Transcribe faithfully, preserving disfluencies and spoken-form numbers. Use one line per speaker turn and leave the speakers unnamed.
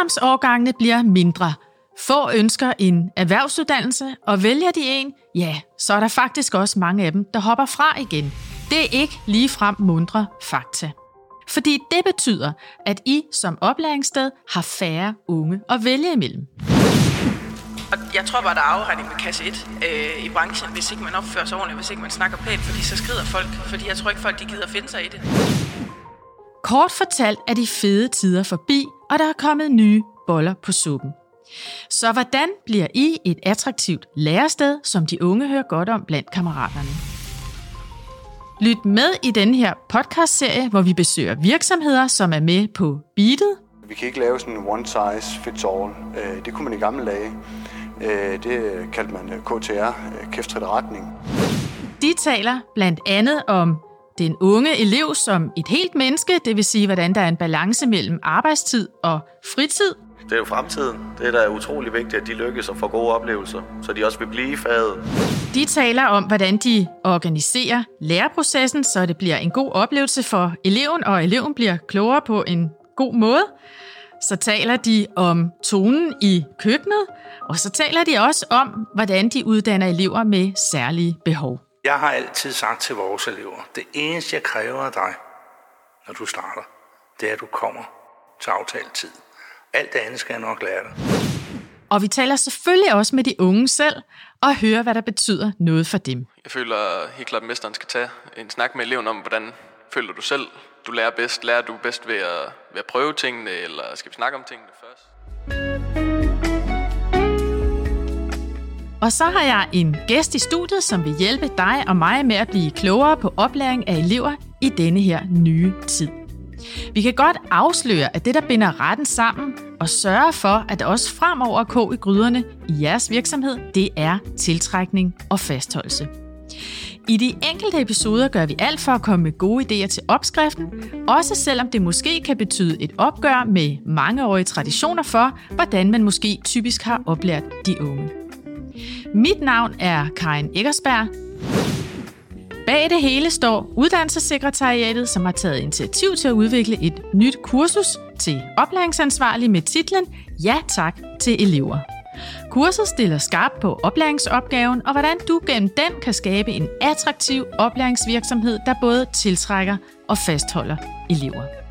ungdomsårgangene bliver mindre. Få ønsker en erhvervsuddannelse, og vælger de en, ja, så er der faktisk også mange af dem, der hopper fra igen. Det er ikke ligefrem mundre fakta. Fordi det betyder, at I som oplæringssted har færre unge at vælge imellem.
Og jeg tror bare, der er afregning med kasse et øh, i branchen, hvis ikke man opfører sig ordentligt, hvis ikke man snakker pænt, fordi så skrider folk. Fordi jeg tror ikke, folk de gider finde sig i det.
Kort fortalt er de fede tider forbi, og der er kommet nye boller på suppen. Så hvordan bliver I et attraktivt lærested, som de unge hører godt om blandt kammeraterne? Lyt med i denne her podcastserie, hvor vi besøger virksomheder, som er med på beatet.
Vi kan ikke lave sådan en one size fits all. Det kunne man i gamle dage. Det kaldte man K T R, kæft trit retning.
De taler blandt andet om den unge elev som et helt menneske, det vil sige, hvordan der er en balance mellem arbejdstid og fritid.
Det er jo fremtiden. Det er da utrolig vigtigt, at de lykkes og får gode oplevelser, så de også vil blive i faget.
De taler om, hvordan de organiserer læreprocessen, så det bliver en god oplevelse for eleven, og eleven bliver klogere på en god måde. Så taler de om tonen i køkkenet, og så taler de også om, hvordan de uddanner elever med særlige behov.
Jeg har altid sagt til vores elever, det eneste jeg kræver af dig, når du starter, det er, at du kommer til aftalt tid. Alt det andet skal jeg nok lære dig.
Og vi taler selvfølgelig også med de unge selv, og hører, hvad der betyder noget for dem.
Jeg føler helt klart, at mesteren skal tage en snak med eleven om, hvordan føler du selv, du lærer bedst. Lærer du bedst ved at, ved at prøve tingene, eller skal vi snakke om tingene først?
Og så har jeg en gæst i studiet, som vil hjælpe dig og mig med at blive klogere på oplæring af elever i denne her nye tid. Vi kan godt afsløre, at det, der binder retten sammen og sørger for, at der også fremover er kog i gryderne i jeres virksomhed, det er tiltrækning og fastholdelse. I de enkelte episoder gør vi alt for at komme med gode idéer til opskriften, også selvom det måske kan betyde et opgør med mangeårige traditioner for, hvordan man måske typisk har oplært de unge. Mit navn er Karin Eggersberg. Bag det hele står Uddannelsessekretariatet, som har taget initiativ til at udvikle et nyt kursus til oplæringsansvarlig med titlen Ja tak til elever. Kurset stiller skarpt på oplæringsopgaven og hvordan du gennem den kan skabe en attraktiv oplæringsvirksomhed, der både tiltrækker og fastholder elever.